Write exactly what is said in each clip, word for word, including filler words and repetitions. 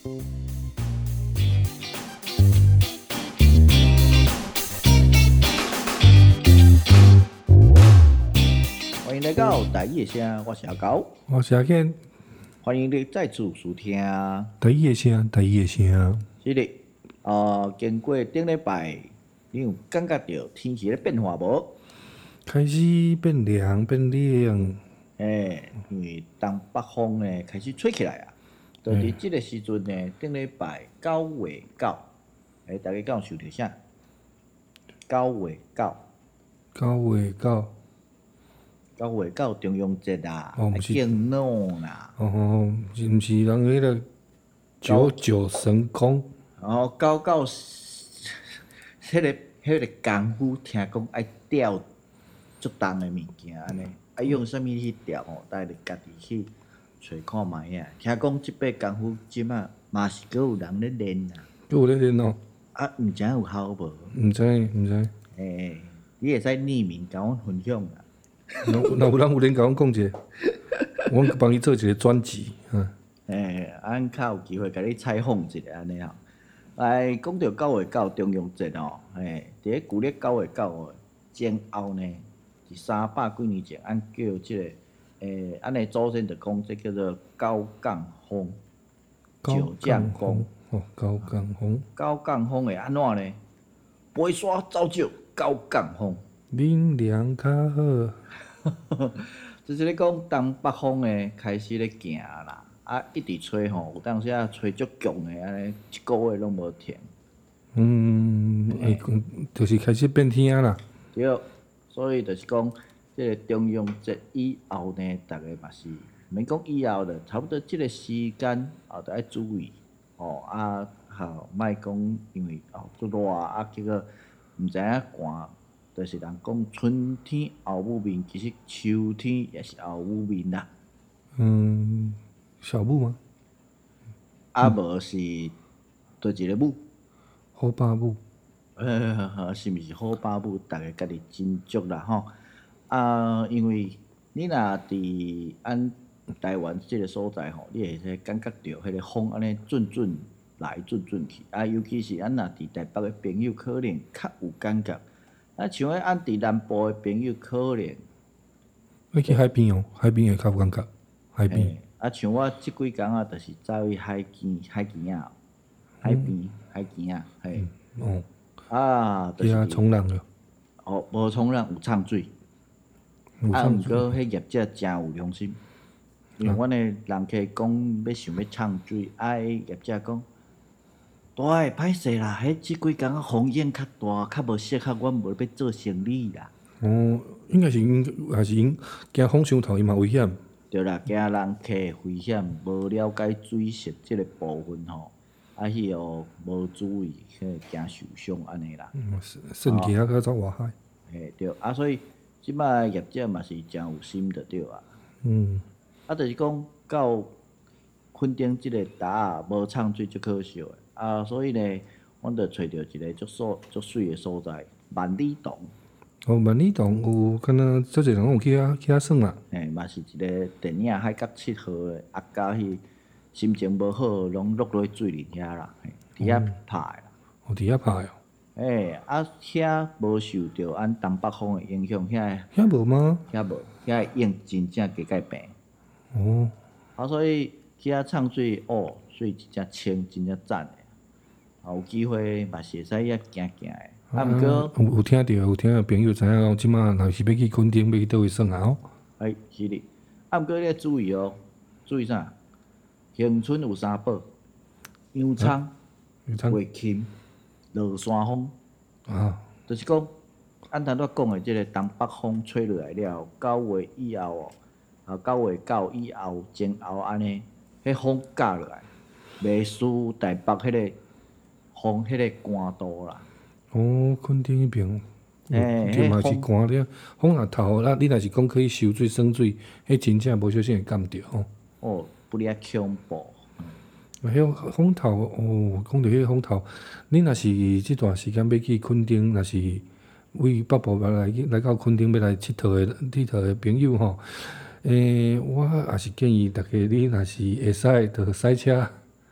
欢迎来到台语的声，我是阿高， 我是阿健， 欢迎你再次收听。 台语的声，台语的声。 是的，呃，经过顶礼拜，你有感觉到天气咧变化无？ 开始变凉变冷， 诶，因为东北风呢开始吹起来啊，就伫即个时阵呢，顶礼拜九月九，诶，大家敢有收到啥？九月九， 九月九， 九月九中央节啊， 哦毋是敬老啦， 哦，是毋是人迄个九九神功？ 然后九九，迄个迄个功夫听讲爱钓足重的物件安尼，爱用啥物去钓吼？大家着家己去找看觅啊。听讲即摆功夫即马嘛是阁有人咧练啊， 佮有咧练哦？ 啊，毋知影有效无？ 毋知毋知， 诶、你会使匿名甲阮分享啊。 若若有人有练，甲阮讲者，阮帮伊做一个专辑，嗯， 诶、俺较有机会甲你采访一下安尼吼。来讲到九月九中央节吼，诶，伫咧旧历九月九号前后呢，是三百几年前，俺叫即、个诶，咱的祖先就讲这叫做九降风，九降风。 哦，九降风， 九降风会安怎呢？飞沙走石，九降风。 恁凉较好， 就是咧讲东北风呢开始咧行啦，啊一直吹吼，有当时啊吹足强的安尼，一个月拢无停。 嗯，会就是开始变天啦。 对，所以就是讲，即个中央节以后呢，逐个嘛是，免讲以后了，差不多即个时间后着爱注意，吼啊，吼，莫讲因为后足热啊，结果毋知影寒，就是人讲春天后母面，其实秋天也是后母面啦。 嗯，小母吗？ 啊无是倒一个母， 好爸母。 呃，是毋是好爸母，逐个家己斟酌啦吼。啊，因为你若伫咱台湾即个所在吼，你会使感觉到迄个风安尼阵阵来阵阵去。啊，尤其是咱若伫台北的朋友，可能较有感觉。啊，像迄咱伫南部的朋友，可能要去海边哦，海边会较有感觉。海边， 嘿，啊，像我即几工啊，就是走去海边海边啊，海边海边啊，嘿， 哦， 啊，就去遐是冲浪了。 哦，无冲浪有呛水。 有啊，毋上水。 过迄业者真有良心，因为阮的人客讲要想要呛水，啊，迄业者讲，大诶歹势啦，迄即几工啊风险较大，较无适合阮无要做生意啦。 哦，应该是因还是因惊风伤透，伊嘛危险。 对啦，惊人客危险，无了解水势即个部分吼，啊，迄个无注意，迄惊受伤安尼啦。 嗯，肾气啊，较走外海。 嘿，对，啊，所以即摆业者嘛是真有心着对啊。 嗯， 啊，就是讲到垦丁即个搭啊，无呛水足可惜的啊，所以呢，阮着找着一个足所足水的所在，万里洞， 哦，万里洞有敢若足侪人有去遐去遐耍啦。 嘿，嘛是一个电影海角七号的，啊，甲迄心情无好，拢落落水里遐啦，嘿，伫遐拍的啦。 哦，伫遐拍哦。 诶，啊，遐无受着咱东北风的影响，遐遐无吗？ 遐无，遐影真正加介平。 哦， 啊，所以去遐唱水，哦，水真正清，真正赞诶。啊，有机会嘛是会使遐行行诶。啊，毋过， 有有听着，有听着朋友知影讲，即马若是要去垦丁，要去倒位耍啊？哦， 哎，是哩。啊，毋过你要注意哦，注意啥？恒春有三宝：杨葱、 有参月琴、落山风。 啊， 就是讲，按头拄讲诶，即个东北风吹落来了，九月以后哦，啊九月九以后前后安尼，迄风夹落来，袂输台北迄个风迄个寒度啦。 哦，垦丁迄边， 嘿对嘛是迄寒了，风若透，那你若是讲可以收水省水，迄真正无小心会感着吼。 哦，不哩啊恐怖。 迄风头哦，讲到迄个风头，你若是即段时间要去垦丁，若是为北部要来来到垦丁要来佚佗的佚佗的朋友吼，诶、我也是建议大家你若是会使，着驶车。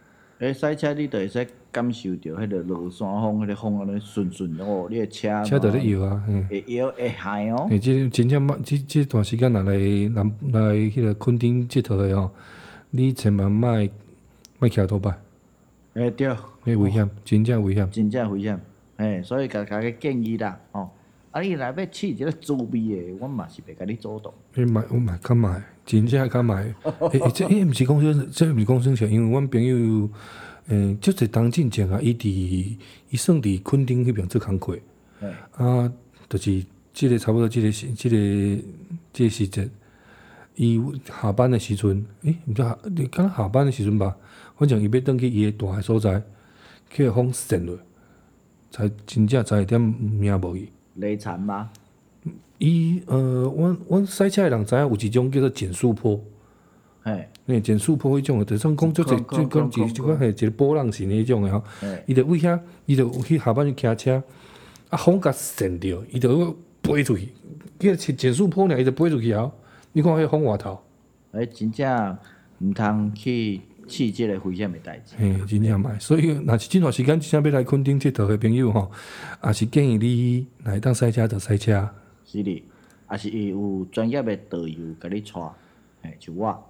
诶，赛车你著会使感受着迄个落山风，迄个风安尼顺顺哦，你的车车伫咧摇啊，嘿。 会摇会嗨哦。 诶，即真正捌即即段时间若来南来迄个垦丁佚佗诶吼，你千万莫莫骑拖摆， 诶对， 迄危险，真正危险。 真正危险。嘿，所以甲甲个建议啦，吼。啊，你若要试一个滋味诶，阮嘛是袂甲你阻挡。 迄买我买较买，真正较买。诶诶，这迄毋是讲说，这毋是讲算笑，因为阮朋友，诶，足侪当进前啊，伊伫伊算伫垦丁迄边做工课，啊，就是即个差不多即个时，即个即个时节，伊下班诶时阵，诶，毋知下，敢若下班诶时阵吧，反正伊要转去伊诶住诶所在，去个风扇落，才真正才会点命无去。 雷残吗？ 伊呃，阮阮赛车诶人知影有一种叫做减速坡， 嘿， 嘿，减速坡迄种诶，就算讲做者就讲一即款嘿，一个波浪形诶迄种诶吼，伊着为遐，伊着去下班去骑车，啊风甲扇着，伊着要飞出去，迄个减速坡尔，伊着飞出去后，你看迄风外头， 诶，真正毋通去试即个危险诶代志。 嘿，真正歹。所以若是即段时间真正要来垦丁佚佗诶朋友吼，也是建议你来当赛车着赛车。 是哩，也是伊有专业诶导游甲你带，嘿，像我。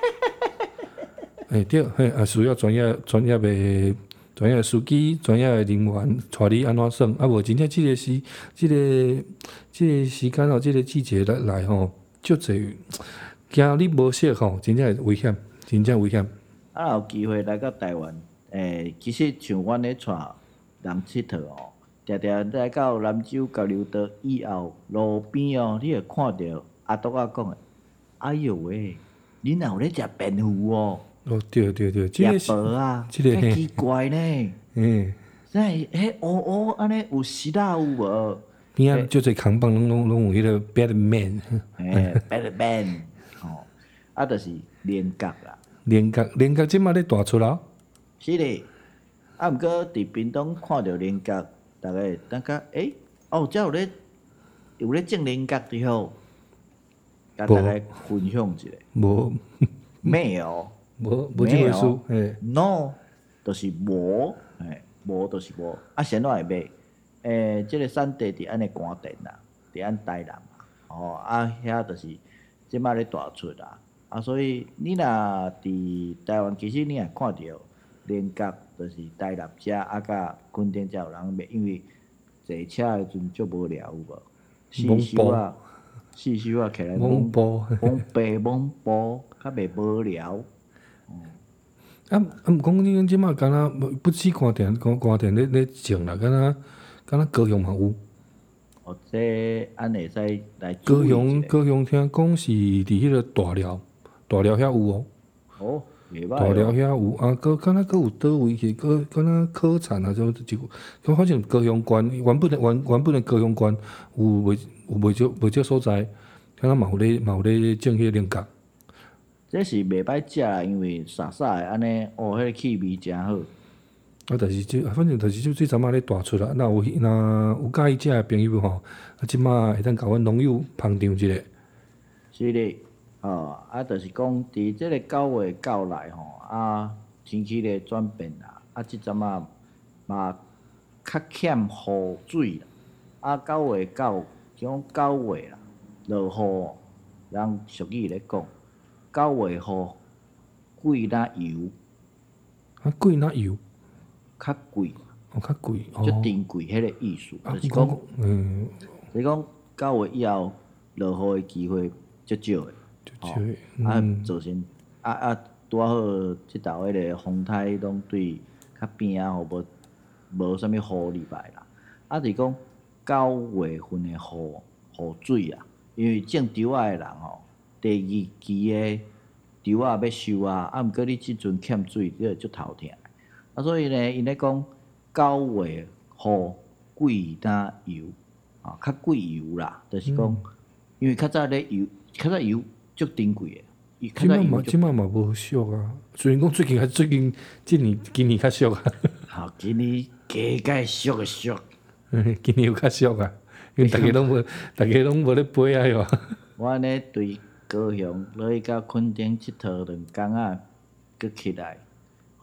诶对，嘿，也需要专业专业诶专业诶司机、专业诶人员带你安怎耍，啊无真正即个时、即个即个时间吼、即个季节来来吼，足侪惊你无熟吼，真正会危险，真正危险。 啊，有机会来到台湾，诶、其实像阮咧带人佚佗哦，定定来到南州交流道以后，路边哦，你会看到阿拄仔讲诶，哎哟喂，恁也有咧食便糊哦， 哦，对对对，即食个是薄啊， 即个嘿， 介奇怪呢。 嘿， 啥迄乌乌安尼有丝仔有无？ 边仔足侪空帮拢拢拢有迄个 Batman， 嘿，Bad Man，吼，啊，著是连角啦。 连角连角即马咧大出啊， 是哩，啊，毋过伫屏东看着连角，逐个会当甲诶，哦，遮有咧有咧种连角伫吼，甲逐个分享一下。 无没有， 无无即回事，嘿， ，no，就是无，嘿，无就是无。啊，先怎会买？诶，即个产地伫安尼寒田啦，伫安台南嘛，吼，啊，遐就是即摆咧大出啦。啊，所以你若伫台湾，其实你也看着连角，就是台南遮啊，甲垦丁遮有人卖，因为坐车诶阵足无聊有无？四修啊，四修啊，起来猛步。 猛爬猛步，较袂无聊。 啊啊！毋讲你即马敢若不止寒田，寒寒田咧咧种啦，敢若敢若高雄嘛有。 哦，这咱会使来高注意一下。 雄高雄听讲是伫迄个大寮，大寮遐有哦， 哦，袂大寮歹哦。 遐有啊，搁敢若搁有倒位去，搁敢若科产啊，就一个，反正高雄县原本的原原本的高雄县有袂有袂少袂少所在，敢若嘛有咧嘛有咧种迄个菱角。 这是袂歹食啦，因为沙沙的安尼，哦，迄个气味真好。 啊，但是即反正就是即即阵仔咧大出啦，若有若有介意食的朋友吼，啊，即马会当甲阮农友捧场一下。 是哩，哦，啊，就是讲伫即个九月到来吼，啊，天气咧转变啦，啊，即阵仔嘛较欠雨水啦，啊，九月到种九月啦，落雨哦，人俗语咧讲，九月雨贵若油， 啊，贵若油， 较贵， 哦，较贵， 足哦， 珍贵迄个意思， 啊， 就是讲讲， 嗯， 就是讲九月以后落雨的机会足少诶。 就少诶， 啊， 嗯， 造成啊啊，拄啊好即头迄个风台拢对较边仔吼无无啥物雨入来啦。啊，就是讲九月份诶雨雨水啊，因为种稻仔诶人吼，第二期诶稻仔要收啊，啊，毋过你即阵欠水，你就足头疼。啊，所以呢，因咧讲九月雨贵若油，啊，较贵油啦，就是讲，因为较早咧油，较早油足珍贵诶，伊较即摆嘛早油足即摆嘛无俗啊，虽然讲最近还最近即年今年较俗啊， 好，今年加介俗诶俗。 今年有较俗啊，因为逐个拢无逐个拢无咧飞啊哟。 我安尼对高雄落去到垦丁佚佗两工仔，佮起来，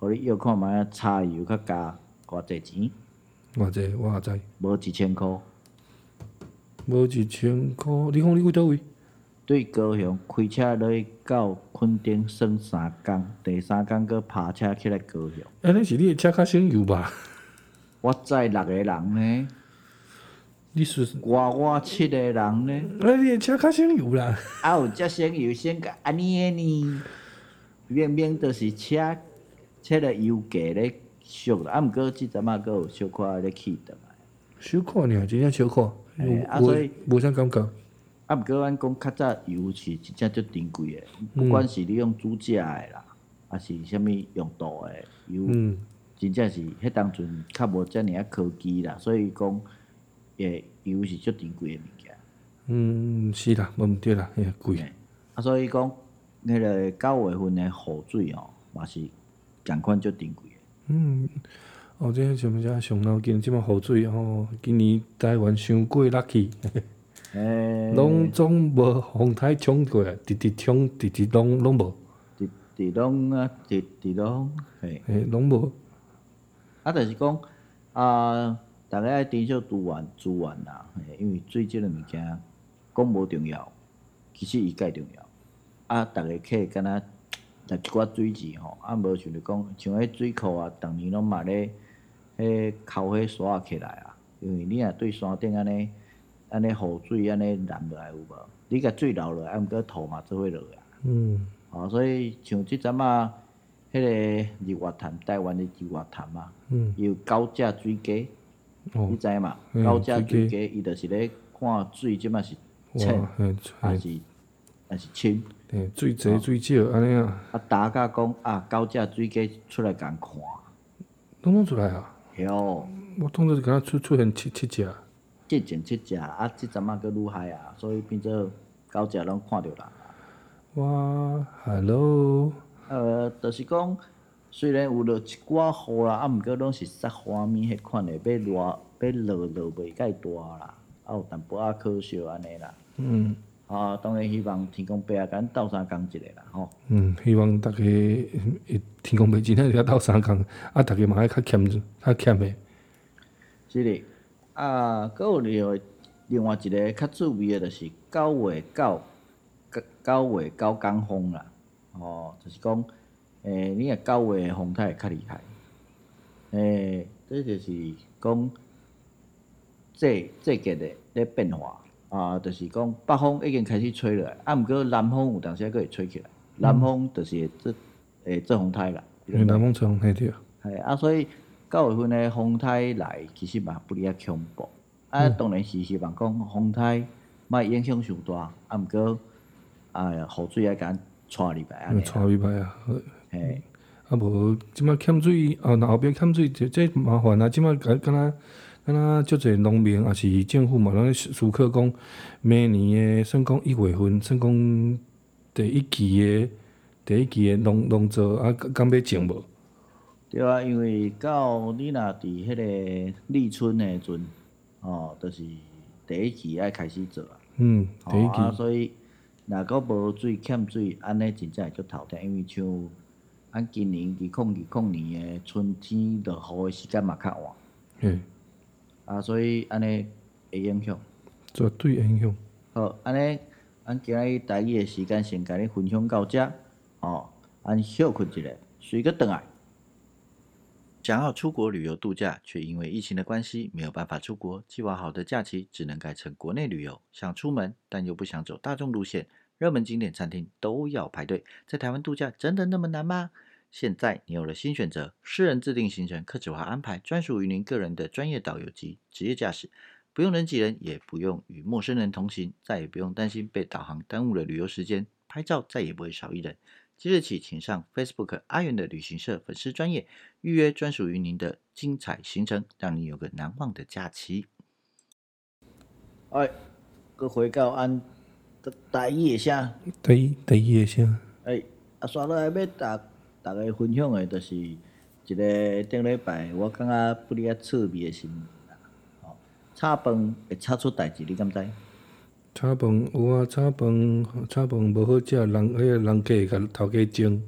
互你约看卖啊，柴油较加偌济钱？ 偌济我也知， 无一千箍。 无一千箍。你讲你去倒位？ 对高雄开车落去到垦丁耍三工，第三工搁趴车起来高雄。 安尼是你的车较省油吧？ 我载六个人呢， 你是外我七个人呢， 啊，你的车较省油啦。 啊有遮省油省甲安尼的呢？明明就是车车的油价咧俗啦，啊毋过即阵仔搁有小可咧起倒来。 小可尔，真正小可， 嘿啊无所以无啥感觉。 啊毋过咱讲较早油是真正足珍贵的，不管是你用煮食的啦，还是啥物用途的油。 嗯， 真正是迄当阵较无遮尔啊科技啦，所以讲诶油是足珍贵的物件。 嗯，是啦，无毋对啦，嘿，贵。 嘿啊，所以讲迄个九月份的雨水吼，嘛是共款足珍贵的。 嗯，哦，这什物遮上脑筋，即马雨水吼，今年台湾伤过 lucky， 诶， 拢总无风台冲过来，直直冲，直直拢拢无， 伫伫拢啊，伫伫拢嘿， 嘿，拢无。 啊，就是讲啊，逐个爱珍惜资源资源啦，嘿，因为水即个物件讲无重要，其实伊介重要。啊，逐个客敢若来一寡水钱吼，啊，无想着讲像迄水库啊，逐年拢嘛咧迄扣迄沙起来啊，因为你若对山顶安尼安尼雨水安尼淋落来有无？你甲水流落来，啊，毋过土嘛做伙落啊。 嗯， 哦，所以像即阵仔迄个日月潭，台湾的日月潭啊， 嗯， 伊有九只水鸡， 哦你，知嘛？ 嗯九只水鸡水鸡，伊就是咧看水即摆是浅哇，嘿，嘿， 还是还是深。 嘿，水济水少安尼啊， 啊，大家讲啊，九只水鸡出来共看， 拢拢出来啊！ 哟， 我当作是敢若出出现七七只， 即前七只，啊，即阵仔佫愈海啊，所以变做九只拢看着人啊。 哇，hello， 呃，就是讲，虽然有落一寡雨啦，啊，毋过拢是撒花米迄款的，要落要落落袂介大啦，啊有淡薄仔可惜安尼啦。 嗯啊，当然希望天公伯啊，甲咱斗相共一个啦，吼。 嗯，希望大家会天公伯真正会斗相共，啊，大家嘛爱较欠较欠的， 是哩，啊，佫有另外另外一个较趣味的，就是九月九，九九月九港风啦，哦，就是讲，诶、你若九月的风台会较厉害，诶、这就是讲季季节的咧变化，啊，就是讲北风已经开始吹落来，啊，毋过南风有当时还佫会吹起来，南风就是会做会做风台啦。 因南风吹嘿对， 系啊，所以九月份的风台来，其实嘛不哩啊恐怖。啊，当然是希望讲风台莫影响伤大，啊，毋过啊，雨水爱甲咱带入来安尼啦。 带入来啊。 嘿， 啊无，即摆欠水，哦，若后壁欠水，这这麻烦啊！即摆敢敢若敢若足侪农民，也是政府嘛，拢咧思考讲，明年诶，算讲一月份，算讲第一期诶，第一期诶农农作啊，敢要种无？ 对啊，因为到你若伫迄个立春诶阵，哦，就是第一期爱开始做啊。 嗯，第一哦啊， 期， 所以若佫无水欠水，安尼真正会足头疼，因为像咱今年二零二零年诶春天落雨诶时间嘛较晚。 嘿， 啊，所以安尼会影响。 绝对影响。 好，安尼咱今日台语的时间先甲你分享到这，哦，咱休困一下，随个转来。想要出国旅游度假，却因为疫情的关系没有办法出国，计划好的假期只能改成国内旅游。想出门，但又不想走大众路线，热门景点餐厅都要排队，在台湾度假真的那么难吗？现在你有了新选择，私人制定行程，客制化安排，专属于您个人的专业导游及职业驾驶，不用人挤人，也不用与陌生人同行，再也不用担心被导航耽误了旅游时间，拍照再也不会少一人。即日起，请上 Facebook 阿元的旅行社粉丝专页预约专属于您的精彩行程，让你有个难忘的假期。哎，佮回到咱台语的声， 第一第一个声， 哎，啊，刷落来要逐逐个分享的，就是一个顶礼拜我感觉不哩啊趣味的新闻啦。吼，炒饭会炒出代志，你敢知？ 炒饭有啊，炒饭炒饭无好食，人迄个人家会甲头家争。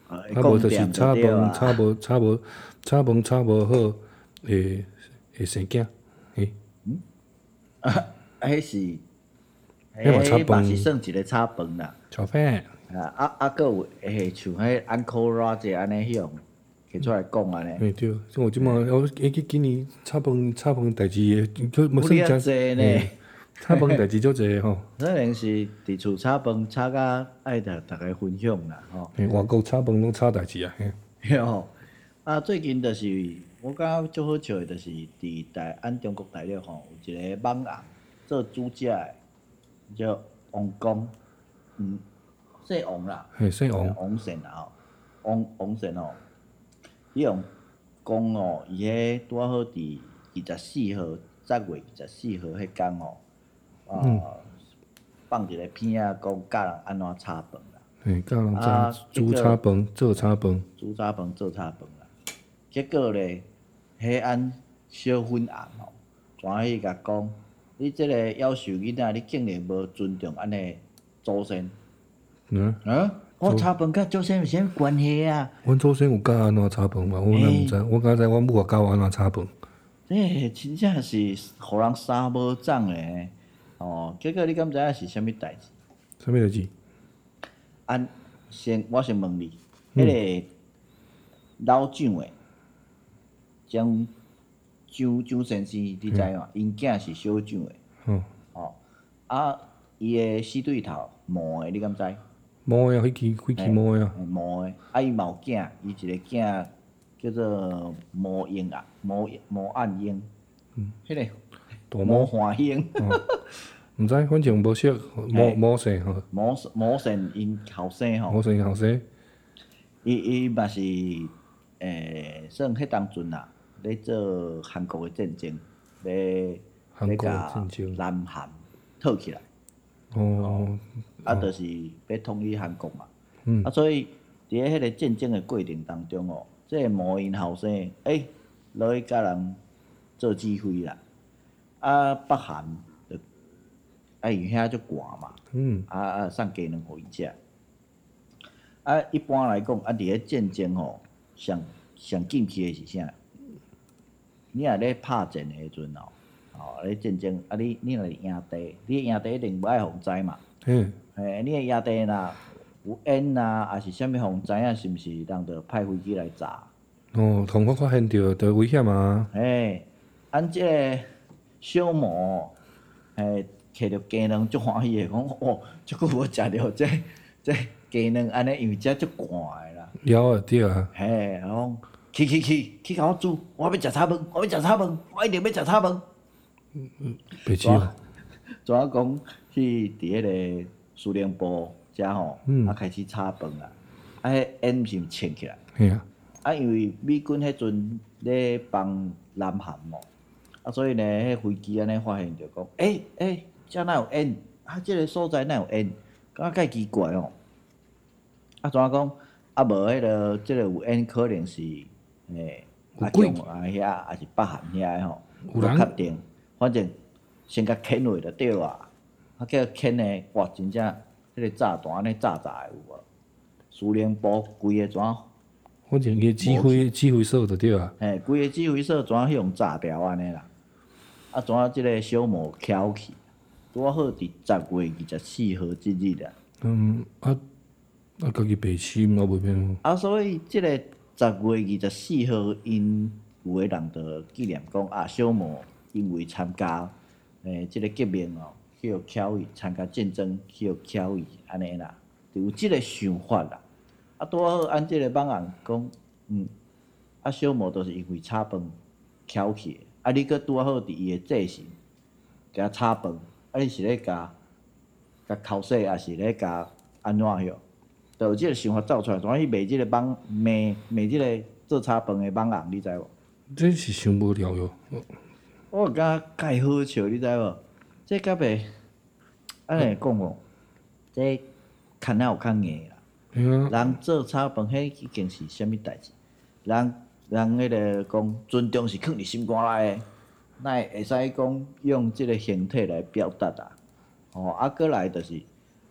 啊，会啊无就是讲点炒饭就对啊。 炒无炒无炒饭炒无好，会会生囝，嘿， 啊，迄是， 迄嘛炒迄嘛是饭算一个炒饭啦。 炒饭， 啊啊啊，佫有诶，像迄 Uncle Roger 安尼迄种，摕出来讲安尼。 嘿对，像我即满我记记今年炒饭炒饭代志诶，佫无有哩啊算真， 济呢， 嘿，炒饭代志足济吼， 可能是伫厝炒饭炒甲爱逐逐个分享啦，吼。 嘿，外国炒饭拢炒代志啊，嘿， 嘿吼，啊，最近就是我感觉足好笑诶，就是伫台咱中国大陆吼，有一个网红做煮食诶，叫王光，嗯，姓王啦， 嘿，姓王， 王姓啦吼，王王姓吼，伊用讲哦，伊迄拄啊好伫二十四号，十月二十四號迄天吼，啊，放一个片仔讲教人安怎炒饭啦， 嘿，教人啊怎煮结果炒饭、做炒饭， 煮炒饭做炒饭啦。结果咧，迄按小粉红吼，转去甲讲，你即个夭寿囡仔，你竟然无尊重安尼祖先。 嗯， 嗯，我炒饭甲祖先有啥物关系啊？ 阮祖先有教安怎炒饭嘛？我若毋知，我敢知阮母也教我安怎炒饭。 这真正是互人三无长诶。哦，结果你敢知影是啥物代志？ 啥物代志？ 按先，我先问你，迄、个老蒋诶，蒋蒋蒋先生，你知影？因囝是小蒋诶。 吼， 哦，啊，伊诶死对头毛诶，你敢知？ 毛呀，迄支几支毛呀？ 嘿毛诶，啊伊嘛有囝，伊一个囝叫做毛英啊，毛毛岸英，迄、个毛大毛， 华英， 毋知，反正无识毛毛姓吼， 毛毛姓因后生吼毛，姓后生， 伊伊嘛是诶，算迄当阵啦，咧做韩国诶战争，咧咧韩国的甲战争南韩讨起来。 哦， 啊，就是要统一韩国嘛。 嗯啊，所以伫咧迄个战争的过程当中哦，即、个毛因后生，诶、落去甲人做指挥啦。啊，北韩就啊，因遐足寒嘛， 嗯， 啊啊，送鸡卵互伊食。啊，一般来讲，啊，伫咧战争吼，上上禁忌的是啥？你若咧拍战的时阵哦，吼咧战争，啊你你若是赢地，你赢地一定无爱互知嘛。 嘿， 嘿，你的野地若有烟呐，还是啥物，互知影是毋是，人着派飞机来炸。 哦，同我发现着，着危险啊， 嘿，按即个小魔，嘿，摕着鸡卵足欢喜的，讲哦，足久无食着这这鸡卵安尼，因为遮足寒的啦。 了啊对啊， 嘿，然后去去去去，甲我煮，我要食炒饭，我要食炒饭，我一定要食炒饭。 白痴哦， 怎啊讲去伫迄个司令部遮吼，啊开始炒饭啦，啊迄烟毋是窜起来， 嘿啊， 啊因为美军迄阵咧帮南韩嘛，啊所以呢，迄飞机安尼发现着讲，诶诶，遮哪有烟？啊，即个所在哪有烟？感觉介奇怪哦。啊怎啊讲？啊无迄个即个有烟可能是诶阿鬼强啊遐，还是北韩遐的吼，无有人确定，反正先甲牵落就对啊。啊，叫牵呢，哇，真正迄个炸弹安尼炸炸的有无？司令部规个怎啊？ 反正伊指挥指挥所就对啊， 嘿，规个指挥所怎啊去用炸掉安尼啦？啊，怎啊即个小魔翘去？拄啊好伫十月二十四号即日啊。 嗯，啊啊，家己白痴，我袂变， 啊，所以即个十月二十四号，因有诶人着纪念讲啊，小魔因为参加诶即个革命哦，去互翘伊参加战争，去互翘伊安尼啦，就有即个想法啦。啊，拄啊好按即个网红讲，嗯，啊小魔都是因为炒饭翘去的，啊你佫拄啊好伫伊诶祭神，甲炒饭，啊你是咧甲甲口水，还是咧甲安怎许？就有即个想法走出来，怎去卖即个网卖卖即个做炒饭的网红，你知无？ 这是想无了哟， 我感觉介好笑，你知无？这甲袂安尼讲哦，这牵仔有较硬啦。 嘿啊， 人做炒饭，迄已经是啥物代志？人人迄个讲尊重是藏伫心肝内的，哪会会使讲用即个形体来表达啊？哦，啊，过来就是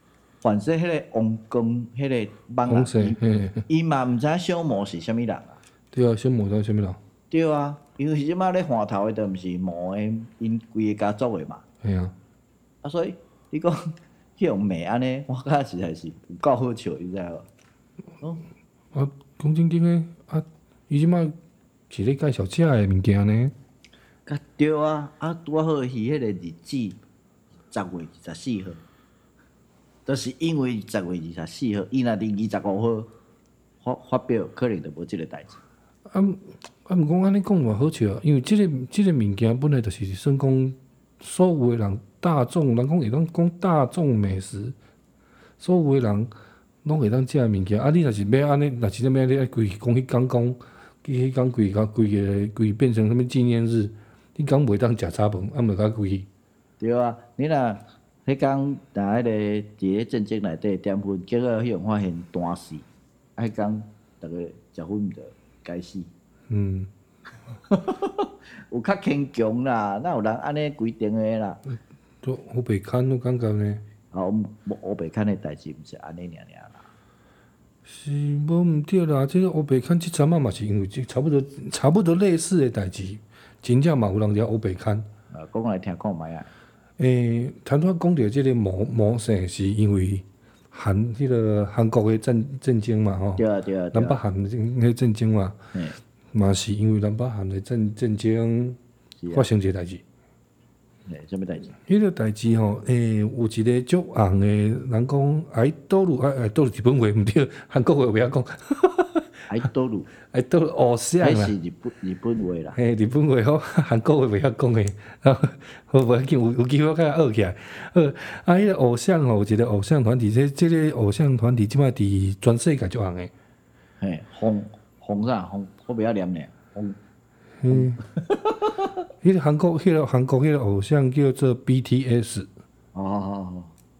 反射迄个王光迄个网红啊， 色嘿， 伊嘛毋知小魔是啥物人啊。 对啊，小无知啥物人？ 对啊，因为即摆咧换头的，都毋是魔的，因规个家族的嘛。 嘿啊， 啊，所以你讲迄种骂安尼，我感觉实在是有够好笑，你知无？哦， 啊，讲正经诶，啊，伊即摆是咧介绍食诶物件呢。 甲对啊，啊拄啊好是迄个日子，十月二十四号，就是因为十月二十四号，伊若伫二十五号发发表，可能就无即个代志。 啊，啊，毋讲安尼讲嘛好笑，因为即、个即、个物件本来就是算讲所有诶人大众，人讲会当讲大众美食，所有诶人拢会当食诶物件。啊，你若是要安尼，若是要你爱规讲迄讲讲，迄讲规个规个规变成啥物纪念日，你讲袂当食炒饭，啊，袂甲规。 对啊，你若迄工若迄个伫咧战争内底点烟，结果迄种发现单死，啊，迄工逐个食薰着该死。 嗯， 有较牵强啦，哪有人安尼规定的啦？ 都我袂堪，我感觉呢。 啊，我乌白看的代志毋是安尼尔尔啦。 是无毋对啦，即、个乌白看即阵仔嘛是因为即差不多差不多类似诶代志，真正嘛有人掠乌白看。 啊，讲来听看觅啊。 诶，头拄仔讲着即个魔魔性，是因为韩迄、个韩国诶战战争嘛吼， 对啊对啊对南北啊。 韩诶迄个战争嘛， 嘿， 嘛是因为南北韩诶战战争是啊发生一个代志。 嘿，什物代志？ 迄个代志吼，诶、有一个足红诶人讲爱倒路，爱爱倒路日本话毋对，韩国话袂晓讲， 爱倒路， 爱倒路偶像啦迄是。日本日本话啦。 嘿，日本话好，韩国话袂晓讲诶，然后好无要紧，有有机会甲学起来。好，啊，迄个偶像吼，有一个偶像团体，即即个偶像团体即摆伫全世界足红诶。 嘿，红红啥红？我袂晓念呢。红嗯，迄个韩国，迄个韩国迄个偶像叫做 B T S，B 哦哦哦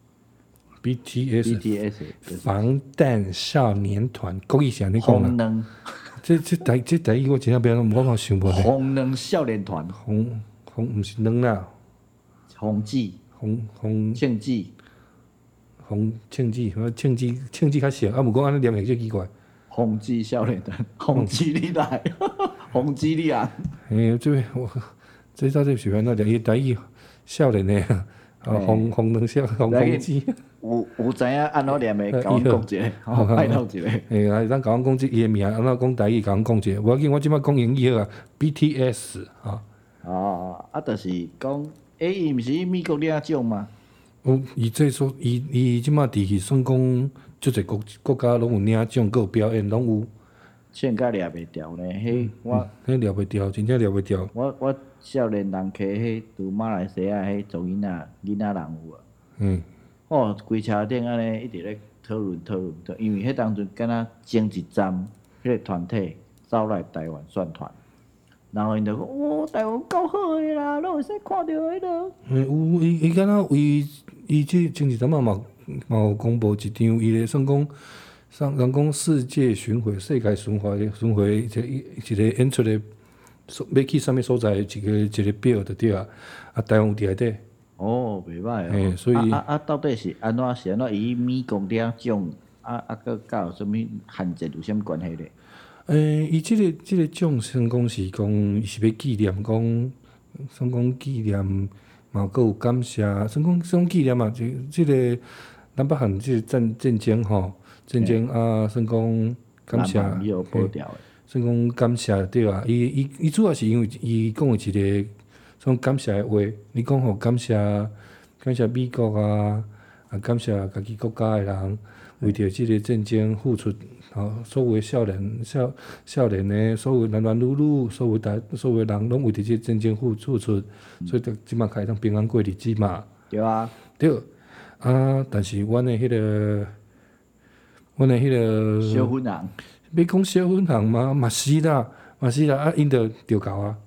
T ，B S T S 就是防弹少年团，国语是安尼讲啦。 红能这这台这台语我真正不晓，我讲想无咧。 红能少年团， 红红毋是软啦， 红记红红庆记， 红庆记，什么庆记庆记较俗，啊，毋过安尼念会足奇怪。 红记少年团，红记你来，红记你啊！ 诶，即个我这到底是安怎念？伊台语少年诶，啊，红红能少红红子， 有有知影安怎念的， 呃甲阮讲一个，吼，拜托一个。 诶，啊，咱甲阮讲即伊诶名，安怎讲台语甲阮讲者，无要紧，我即摆讲英语好啊，B T S 啊， 哦，啊，就是讲，诶，伊毋是美国领奖吗？ 有伊这所伊伊即摆伫算讲，即个国国家拢有领奖，佮有表演，拢有。 凊甲掠袂牢呢，迄我迄掠袂掉，真正掠袂掉。 我我少年人客迄拄马来西亚迄做囡仔囡仔人有啊， 嗯， 哦，规车顶安尼一直咧讨论讨论，因为迄当阵敢若前一站迄个团体走来台湾宣传，然后因就讲，哦，台湾够好诶啦，咱会使看到迄落。 嗯，有伊伊敢若伊伊即前一阵仔嘛嘛有公布一张伊咧算讲。上人讲世界巡回、世界巡回、巡回一个一个演出的，要去啥物所在一个一个表就对啊。啊，台湾有伫内底。 哦，袂歹嘿， 哦。 所以啊啊啊，到底是安怎是安怎以美国领奖，啊啊，佮甲有啥物限制有啥物关系咧？ 诶，伊即个即个奖算讲是讲伊是要纪念讲，算讲纪念嘛，佮有感谢，算讲算讲纪念嘛，即即个南北韩即个战战争吼。战争啊，算讲感谢， 南蛮有保钓诶。 算讲感谢对啊。伊伊伊主要是因为伊讲诶一个种感谢诶话，你讲吼感谢感谢美国啊，啊感谢家己国家诶人，为着即个战争付出，吼所有诶少年少少年诶，所有男男女女，所有大所有人拢为着即个战争付付出，所以即马开通平安过日子嘛。 对啊。 对啊，但是阮诶迄个。阮诶迄个小粉红， 要讲小粉红嘛，嘛是啦，嘛是啦，啊，因着着搞啊。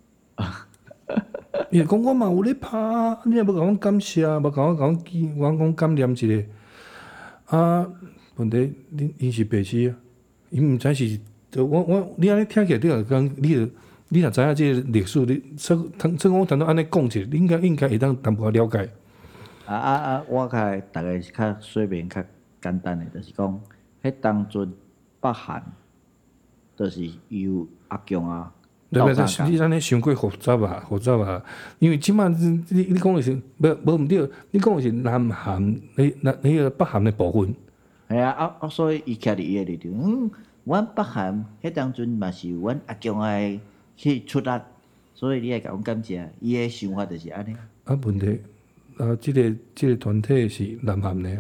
伊讲我嘛有咧拍啊，你也无甲阮感谢，无甲我甲阮记，我讲感念一下。啊，问题恁伊是白痴啊，伊毋知是，就我我你安尼听起来，你若讲你着你若知影即个历史，你说通说我通到安尼讲者，你应该应该会当淡薄仔了解。 啊啊啊！我较会逐个是较说明较简单诶，就是讲，迄当阵北韩，就是由阿强啊对不对？ 斗相共。 你安尼伤过复杂啊，复杂啊。因为即摆你你讲的是无无毋对，你讲的是南韩，你那迄个北韩的部分。 系啊，啊啊，所以伊徛伫伊诶立场，嗯，阮北韩迄当阵嘛是阮阿强爱去出力，所以你爱甲阮感谢。伊诶想法就是安尼。 啊，问题啊，即、个即、个团体是南韩的啊，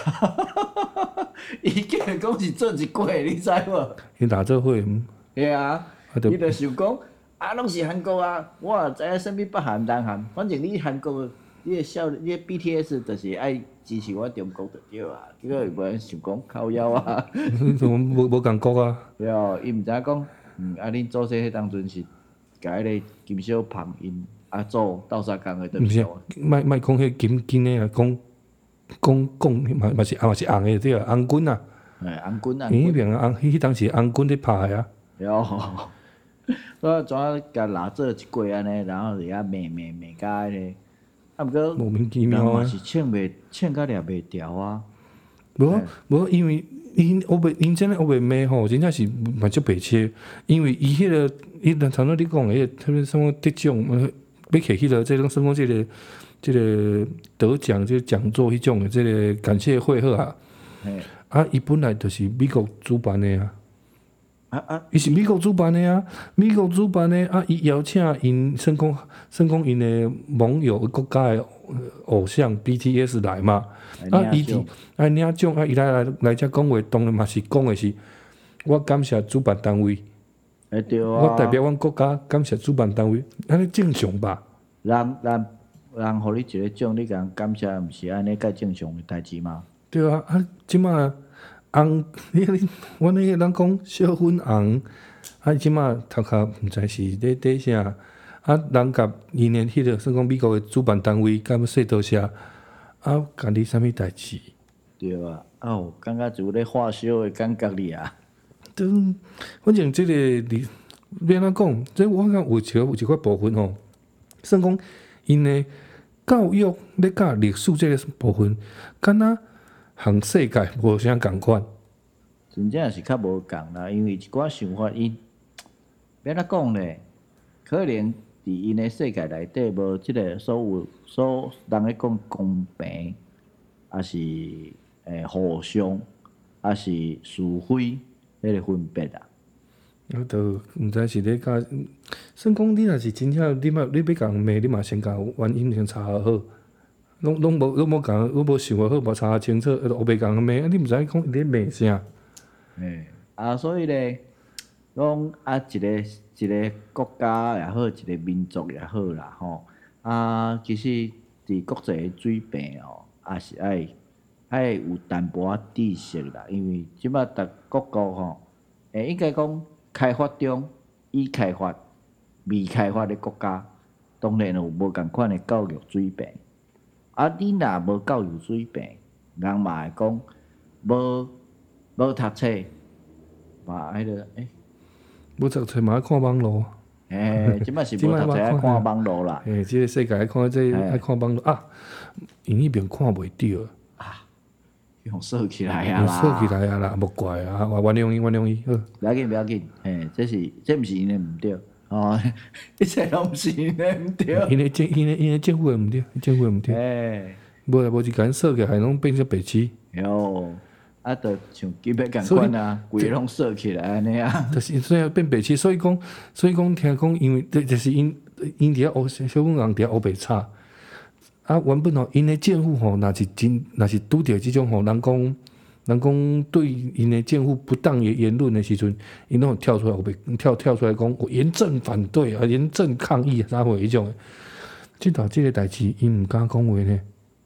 伊竟然讲是做一过，你知无？ 伊打做伙，嗯系啊， 啊就伊就想讲，啊，拢是韩国啊，我也知影啥物北韩、南韩，反正你韩国，你诶少，你诶 B T S 就是爱支持我中国就对啊。结果伊无想讲靠腰啊， 无无共国啊。 对哦，伊毋知影讲，嗯，啊，恁祖先迄当阵是，甲迄个金小胖因阿祖斗相共诶对毋是象。， 莫莫讲迄金金的啊，讲讲讲嘛嘛是啊嘛是红的对啊，红军啊， 嘿，红军红因迄军， 边红迄当时红军咧拍的啊。 对哦。所以怎啊甲拉做一过安尼，然后伫遐骂骂骂甲迄个，啊毋过莫名其人妙啊。 嘛是唱袂唱甲掠袂调啊。 无啊无，因为因黑白因真诶黑白骂吼，真正是嘛足白痴。因为伊迄、个伊头头你讲诶，迄个特别什么得奖，呃，要摕迄个即种什么即个即个得奖即个讲座迄种诶，即个感谢会好啊。 嘿， 啊，伊本来就是美国主办诶啊。 啊啊， 伊是美国主办的啊，美国主办的啊，伊邀请因算讲算讲因的盟友国家的偶像 B T S 来嘛，啊，伊伫啊领奖啊，伊来来来遮讲话，当然嘛是讲的是，我感谢主办单位， 会对啊。 我代表阮国家感谢主办单位，安尼正常吧？ 人人人互你一个奖，你共感谢，毋是安尼介正常诶代志吗？ 对啊，啊，即马红，你你阮迄个人讲小粉红，啊，即马头壳毋知是咧咧啥。啊，人甲因诶迄个算讲美国诶主办单位，敢要说多谢，啊，甲你啥物代志？ 对啊，啊有感觉就咧化烧诶感觉哩啊。 都反正即、个你要安怎讲？即我感觉有一个有一块部分吼，算讲因诶教育咧教历史即个部分，敢若和世界无啥共款。 真正是较无共啦，因为一寡想法因要安怎讲咧？可能伫因诶世界内底无即个所有所人咧讲公平，还是诶互相，还是是非迄个分别啊。 我都毋知是咧教，算讲你若是真正你嘛你要共骂，你嘛先甲原因先查好好。拢拢无拢无共，拢无想好，无查清楚，学袂共骂，你毋知讲伊咧骂啥。 诶，啊，所以咧，讲啊，一个一个国家也好，一个民族也好啦，吼，啊，其实伫国际诶水平哦，也是爱爱有淡薄仔知识啦，因为即摆逐各国吼，诶，应该讲开发中、已开发、未开发诶国家，当然有无共款诶教育水平。啊，你若无教育水平，人嘛会讲无。无读册，嘛迄个诶， 无读册嘛爱看网络， 诶，即摆是无读册爱看网络啦。 诶，即个世界爱看这爱看网络啊，因迄边看袂着， 啊，用锁起来啊用啦， 锁起来啊啦，无怪啊，我原谅伊，原谅伊，好。 不要紧，不要紧，嘿，这是这毋是因诶毋对，哦，一切拢毋是因诶毋对。 因为政因为因为政府诶毋对，政府诶毋对， 诶， 无啦无就甲咱锁起来，拢变成白痴。 哟，啊，着像基本共款啊，规拢锁起来安尼啊。 就是所以变白痴，所以讲，所以讲听讲，因为这就是因因伫遐学小粉红伫遐学白差。啊，原本吼，因诶政府吼，若是真，若是拄着即种吼，人讲人讲对因诶政府不当言言论诶时阵，因拢会跳出来，学白跳跳出来讲，我严正反对啊，严正抗议啊，啥货迄种诶。即道即个代志，因毋敢讲话呢。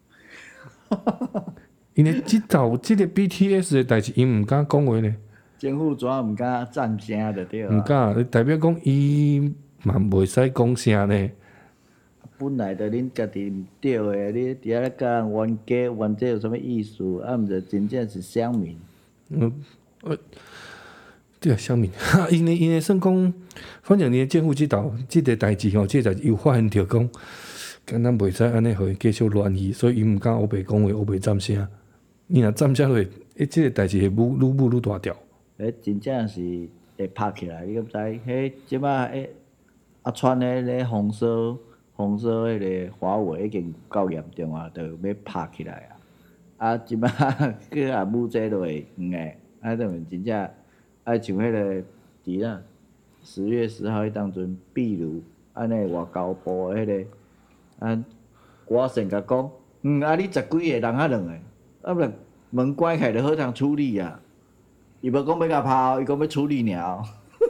因为即道即个 B T S 诶代志，因毋敢讲话呢。 政府怎毋敢赞声着对啊？ 毋敢，代表讲伊嘛袂使讲啥呢。 本来着恁家己毋对诶，你伫遐咧甲人冤家冤这有啥物意思？啊，毋着真正是乡民。 嗯，呃，对啊，乡民，因为因为算讲，反正你政府即道即个代志吼，即个代志又发现着讲， 敢咱袂使安尼，互伊继续乱去，所以伊毋敢黑白讲话，黑白赞声。伊若赞声落，诶，即个代志会愈愈舞愈大条。 迄真正是会拍起来，你敢知？迄即摆迄阿川诶咧封锁封锁迄个华为已经够严重啊，着要拍起来啊！啊，即摆佫也舞这落会远诶，啊，等于真正爱像迄个伫啊十月十号迄当阵，比如安尼外交部诶迄个啊，我先甲讲，嗯，啊，你十几个人啊两个，啊不门关起来就好通处理啊。伊无讲要甲拍，伊讲要处理尔。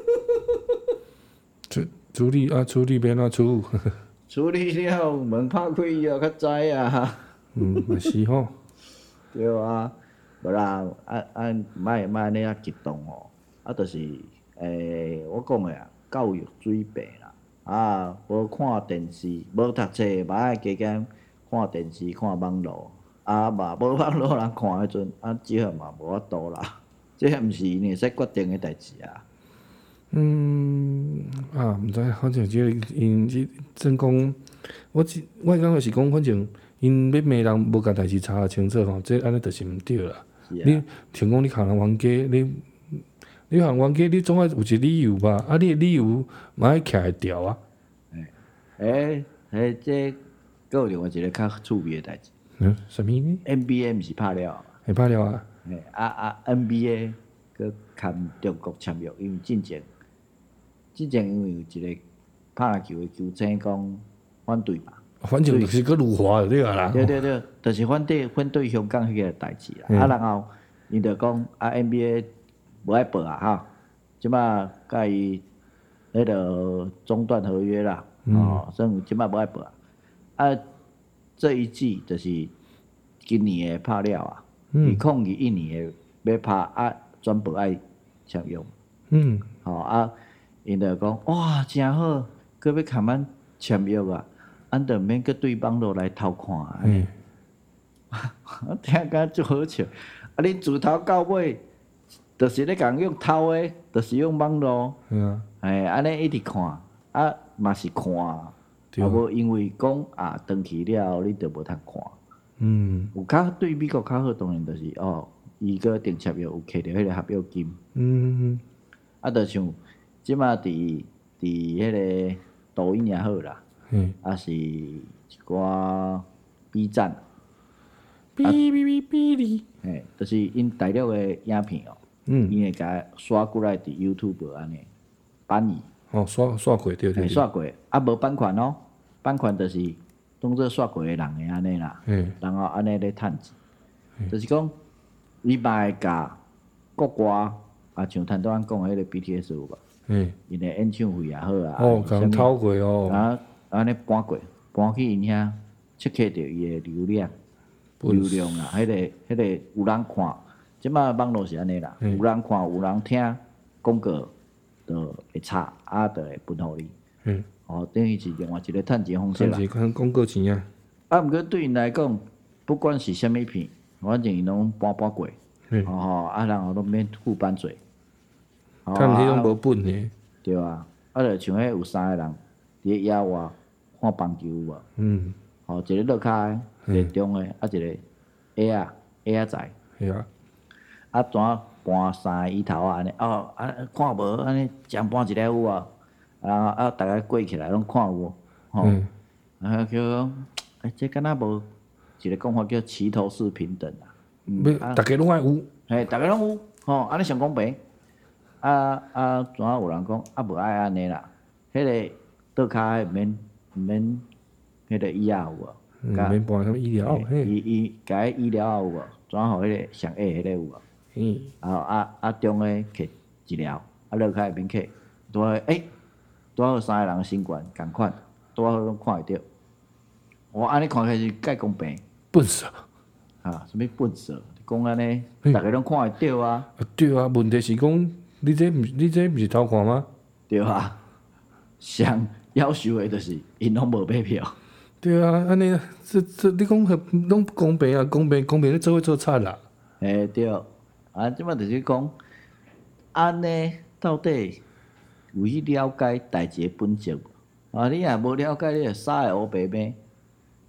处处理啊，处理要安怎处？ 处理了，门拍开以后较知啊。 嗯，嘛是吼。 对啊，无啦，啊啊，莫莫安尼啊激动哦。啊，著、就是诶、我讲诶啊，教育水平啦。啊，无看电视，无读册，嘛爱加减看电视、看网络。啊嘛，无网络人看迄阵，啊，即项嘛无法度啦。这毋是因会使决定诶代志啊。 嗯，啊，毋知，反正即、这个因即真讲，我即我感觉是讲，反正因要骂人，无甲代志查清楚吼，这安尼就是毋对啦。 是啊。 你像讲你互人冤家，你你互人冤家，你总爱有一个理由吧？啊，你诶理由嘛爱徛会牢啊。 诶，诶，这佫有另外一个较趣味诶代志。 嗯，啥物呢？ N B A 毋是拍了嘛？ 会拍了啊？ 嘿，啊啊 N B A 佮牵中国签约，因为之前之前因为有一个拍篮球诶球星讲反对嘛， 反正就是佮辱华就对啊啦。 对对对，就是反对反对香港迄个代志啦。啊，然后因着讲啊 N B A 无爱报啊哈，即摆甲伊迄个中断合约啦，哦，所以即摆无爱报啊。啊，这一季就是今年诶拍了啊。二零二一年诶要拍啊，全部爱签约。 嗯。 吼、哦、啊，因着讲哇，真好，佮要牵咱签约啊，咱着免佮对网络来偷看安尼。我听甲足好笑，啊，恁自头到尾，着是咧共用偷诶，着是用网络。 嗯啊。 嘿，安尼一直看，啊嘛是看，啊无因为讲啊，长去了后你着无通看。 嗯， 有较对美国较好，当然就是哦，伊个订签约有摕着迄个合约金。 嗯， 啊，就像即马伫伫迄个抖音也好啦， 嗯， 啊是一寡 B 站， 哔哔哔哔哩， 嘿，就是因大陆诶影片哦， 嗯， 因会甲刷过来伫 YouTube 安尼翻译， 哦，刷刷过对对嘿， 对， 刷过，啊无版权哦，版权就是当做刷过诶人诶安尼啦， 嗯， 然后安尼咧趁钱，就是讲你嘛会甲国歌啊，像趁拄咱讲诶迄个 B T S 有无？ 嗯， 因诶演唱会也好啊， 哦，甲人偷过哦， 啊，安尼搬过，搬去因遐，切克着伊诶流量，流量啊，迄、那个、迄、那个有人看，即摆网络是安尼啦， 嗯、 有人看，有人听，广告就会插，啊，就会分互你。 嗯， 哦，等于是另外一个趁钱方式啦。 趁钱看广告钱啊。 啊，毋过对因来讲，不管是虾米片，反正伊拢搬搬过， 嗯、 哦吼，啊，然后拢免付版税。 趁迄种无本诶。 对啊，啊，就像迄有三个人伫咧野外看棒球有无？ 嗯。 吼，一个落骹诶，一个中诶，啊，一个矮仔矮仔仔。 系啊。 啊，怎搬三个椅头啊？安尼哦，啊，看无安尼，将搬一个有无？啊啊，逐个过起来拢看有无？吼，啊叫讲，诶，这敢若无一个讲法叫齐头式平等啊。 要逐个拢爱有。 嘿，逐个拢有，吼，安尼上公平。啊啊，怎有人讲啊？无爱安尼啦，迄个倒骹毋免毋免，迄个椅仔有无？ 毋免搬什么医疗，嘿。 伊伊甲迄医疗有无？怎互迄个上矮迄个有无？ 嗯。 啊啊啊，中诶摕一疗，啊落骹免摕，拄好诶，拄好三个人身悬共款，拄好拢看会着。我安尼看起来是介公平。 笨死啊！ 啊，什物笨色？讲安尼，逐个拢看会着啊。 啊对啊，问题是讲。你这毋你这毋是偷看吗？ 对啊，上夭寿诶，就是因拢无买票。 对啊，安尼这这你讲拢不公平啊，公平公平咧做伙做贼啦。 诶对，啊，即摆就是讲，安尼到底有去了解代志诶本质无？啊，你若无了解，你就傻诶乌白马。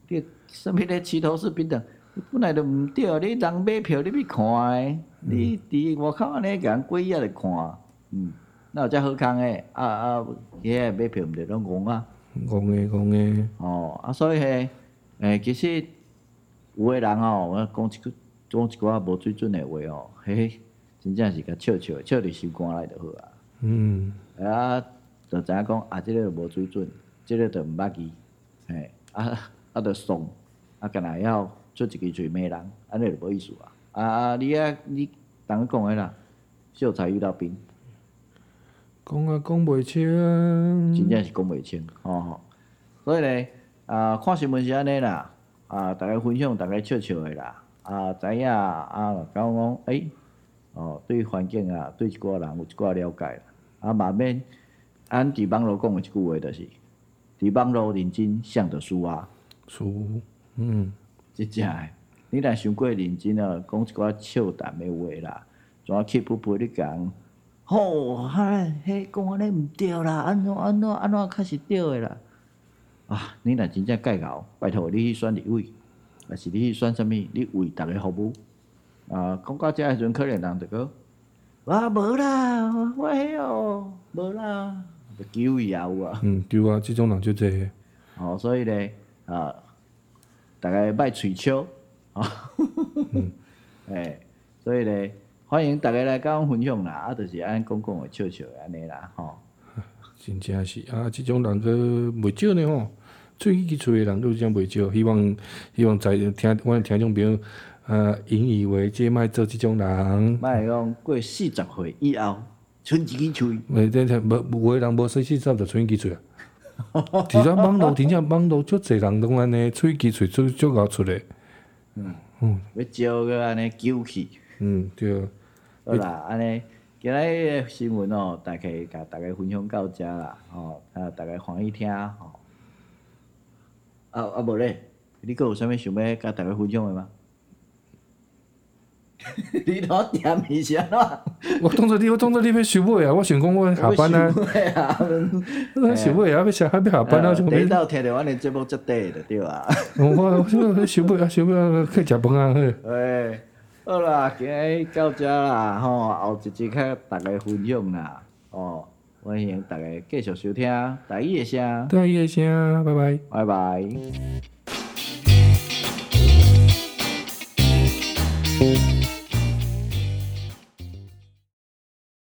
你什物咧七头四平等，本来就毋对，你人买票你要看诶，你伫外口安尼甲人鬼仔咧看，嗯，哪有遮好康诶？啊啊，遐个买票毋着拢戆啊？ 戆诶戆诶。 哦，啊，所以嘿，诶，其实有诶人哦，我讲一句讲一寡无水准诶话哦，嘿，真正是甲笑笑，笑伫心肝内就好啊。 嗯。 啊，就知影讲啊，即、這个就无水准，即、這个就毋捌字，嘿，啊啊，就爽，啊，干若要出一支嘴骂人，安尼就无意思啊。啊啊，你啊，你当讲诶啦，秀才遇到兵， 讲啊讲袂清， 真正是讲袂清，吼、吼。所以咧，啊，看新闻是安尼啦，啊，逐个分享，逐个笑笑诶啦，啊，知影啊，讲讲，诶、哦，对环境啊，对一寡人有一寡了解啦，啊，慢免，咱伫网络讲诶一句话，就是伫网络认真想着输啊， 输，嗯， 真正诶。你若伤过认真啊，讲一寡笑谈诶话啦，怎啊气噗噗你讲，吼，哈，迄讲安尼毋对啦，安怎安怎安怎较是对诶啦。啊！你若真正介贤，拜托你去选立委，还是你去选啥物？你为逐个服务。啊，讲到遮诶时阵，可能人就讲，啊无啦，我迄哦，无啦，就救伊也有啊。 嗯，对啊，即种人就济。 哦，所以咧，啊，逐个莫喙笑，啊， 嗯， 诶，所以咧，欢迎逐个来甲阮分享啦，啊，就是安讲讲诶笑笑诶安尼啦，吼。 真正是啊，即种人佫袂少呢吼。喙齿喙诶人都真袂少，希望希望在听阮听众朋友，呃，引以为戒，莫做即种人。 莫讲过四十岁以后，剩一支喙。 袂真正无有诶人无四四十就剩一支喙啊。其实网络真正网络足侪人拢安尼，喙齿喙足足够出诶。 嗯嗯。 要招个安尼揪去。 嗯，对。 好啦，安尼今日诶新闻哦，大概甲大家分享到遮啦，吼，啊，大家欢喜听吼。啊啊无咧，你佫有啥物想要甲大家分享诶吗？你攞点一下啦！ 我当作你，我当作你要收尾啊！我想讲我下班啊，我收尾啊，要下要下班啊，就你到听着阮诶节目遮短就对啊。 我我收尾啊，收尾啊，去食饭啊，嘿。 诶，好啦，今日到遮啦，吼，后一集较大家分享啦，哦，欢迎大家继续收听台语诶声， 台语诶声，拜拜， 拜拜。 嗯